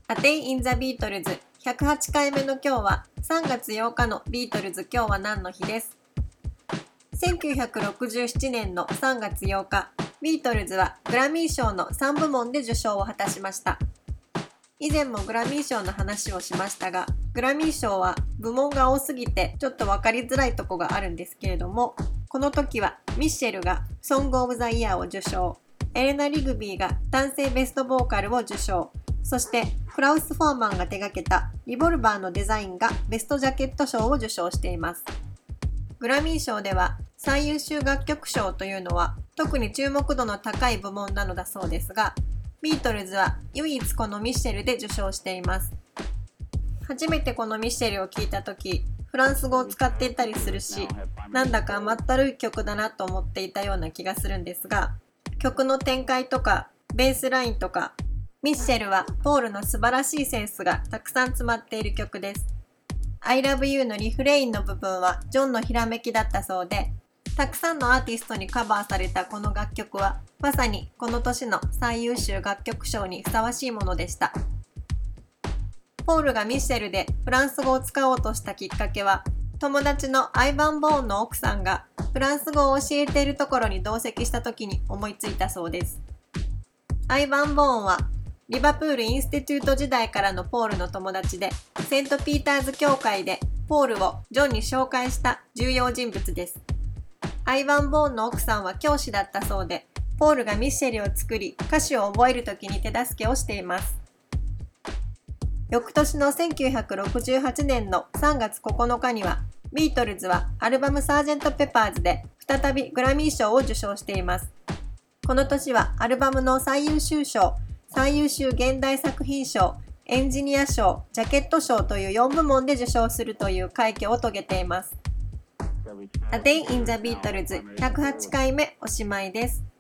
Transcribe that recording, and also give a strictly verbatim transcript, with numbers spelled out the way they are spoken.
A Day in the Beatles ひゃくはちかいめの今日はさんがつようかのビートルズ今日は何の日です。せんきゅうひゃくろくじゅうななねんのさんがつようか、ビートルズはグラミー賞のさんぶもんで受賞を果たしました。以前もグラミー賞の話をしましたが、グラミー賞は部門が多すぎてちょっと分かりづらいとこがあるんですけれども、この時はミッシェルがソングオブザイヤーを受賞、エレナ・リグビーが男性ベストボーカルを受賞、そしてクラウス・フォーマンが手掛けたリボルバーのデザインがベストジャケット賞を受賞しています。グラミー賞では最優秀楽曲賞というのは特に注目度の高い部門なのだそうですが、ビートルズは唯一このミッシェルで受賞しています。初めてこのミッシェルを聴いた時、フランス語を使っていたりするし、なんだか甘ったるい曲だなと思っていたような気がするんですが、曲の展開とかベースラインとか、ミッシェルはポールの素晴らしいセンスがたくさん詰まっている曲です。I love you のリフレインの部分はジョンのひらめきだったそうで、たくさんのアーティストにカバーされたこの楽曲はまさにこの年の最優秀楽曲賞にふさわしいものでした。ポールがミッシェルでフランス語を使おうとしたきっかけは、友達のアイヴァン・ボーンの奥さんがフランス語を教えているところに同席した時に思いついたそうです。アイヴァン・ボーンはリバプールインスティテュート時代からのポールの友達で、セントピーターズ教会でポールをジョンに紹介した重要人物です。アイヴァン・ボーンの奥さんは教師だったそうで、ポールがミッシェルを作り歌詞を覚えるときに手助けをしています。翌年のせんきゅうひゃくろくじゅうはちねんのさんがつここのかには、ビートルズはアルバムサージェント・ペパーズで再びグラミー賞を受賞しています。この年はアルバムの最優秀賞、最優秀現代作品賞、エンジニア賞、ジャケット賞というよんぶもんで受賞するという快挙を遂げています。A Day in the Beatles ひゃくはちかいめおしまいです。